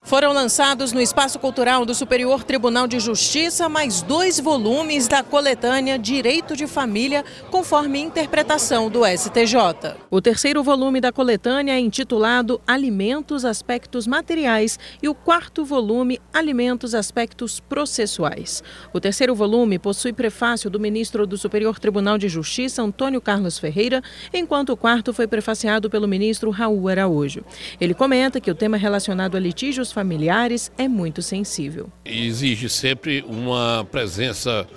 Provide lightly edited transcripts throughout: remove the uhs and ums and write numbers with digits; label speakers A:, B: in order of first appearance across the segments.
A: Foram lançados no Espaço Cultural do Superior Tribunal de Justiça mais 2 volumes da coletânea Direito de Família, conforme interpretação do STJ. O terceiro volume da coletânea é intitulado Alimentos, Aspectos Materiais e o quarto volume Alimentos, Aspectos Processuais. O terceiro volume possui prefácio do ministro do Superior Tribunal de Justiça, Antônio Carlos Ferreira, enquanto o quarto foi prefaciado pelo ministro Raul Araújo. Ele comenta que o tema relacionado a litígios familiares é muito sensível.
B: Exige sempre uma presença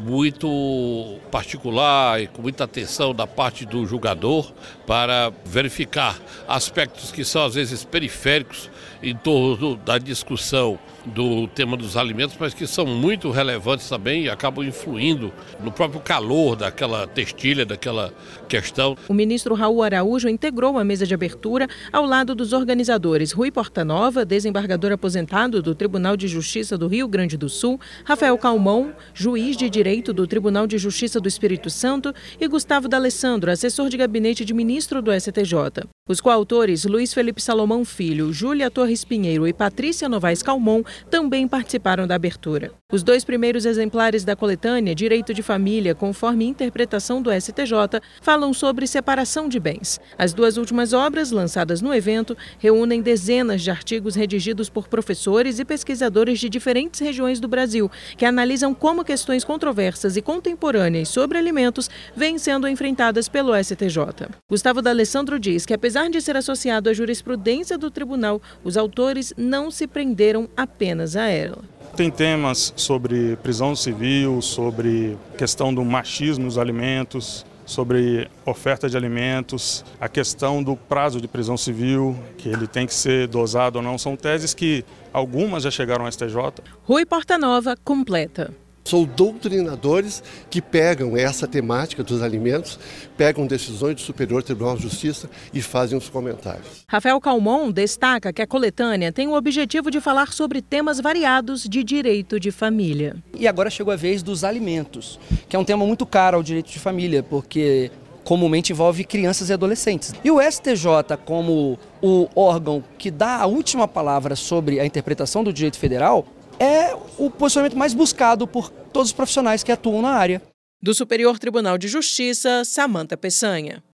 B: muito particular e com muita atenção da parte do julgador para verificar aspectos que são às vezes periféricos em torno da discussão do tema dos alimentos, mas que são muito relevantes também e acabam influindo no próprio calor daquela testilha, daquela questão.
A: O ministro Raul Araújo integrou a mesa de abertura ao lado dos organizadores Rui Portanova, desembargador aposentado do Tribunal de Justiça do Rio Grande do Sul, Rafael Calmon, juiz de Direito do Tribunal de Justiça do Espírito Santo, e Gustavo D'Alessandro, assessor de gabinete de ministro do STJ. Os coautores Luiz Felipe Salomão Filho, Júlia Torres Pinheiro e Patrícia Novaes Calmon também participaram da abertura. Os 2 primeiros exemplares da coletânea Direito de Família, conforme interpretação do STJ, falam sobre separação de bens. As 2 últimas obras, lançadas no evento, reúnem dezenas de artigos redigidos por professores e pesquisadores de diferentes regiões do Brasil, que analisam como questões controversas e contemporâneas sobre alimentos vêm sendo enfrentadas pelo STJ. Gustavo D'Alessandro diz que, apesar de ser associado à jurisprudência do tribunal, os autores não se prenderam apenas a ela.
C: Tem temas sobre prisão civil, sobre questão do machismo nos alimentos, sobre oferta de alimentos, a questão do prazo de prisão civil, que ele tem que ser dosado ou não. São teses que algumas já chegaram ao STJ.
A: Rui Portanova completa.
D: São doutrinadores que pegam essa temática dos alimentos, pegam decisões do Superior Tribunal de Justiça e fazem os comentários.
A: Rafael Calmon destaca que a coletânea tem o objetivo de falar sobre temas variados de direito de família.
E: E agora chegou a vez dos alimentos, que é um tema muito caro ao direito de família, porque comumente envolve crianças e adolescentes. E o STJ, como o órgão que dá a última palavra sobre a interpretação do direito federal, é o posicionamento mais buscado por todos os profissionais que atuam na área.
A: Do Superior Tribunal de Justiça, Samanta Peçanha.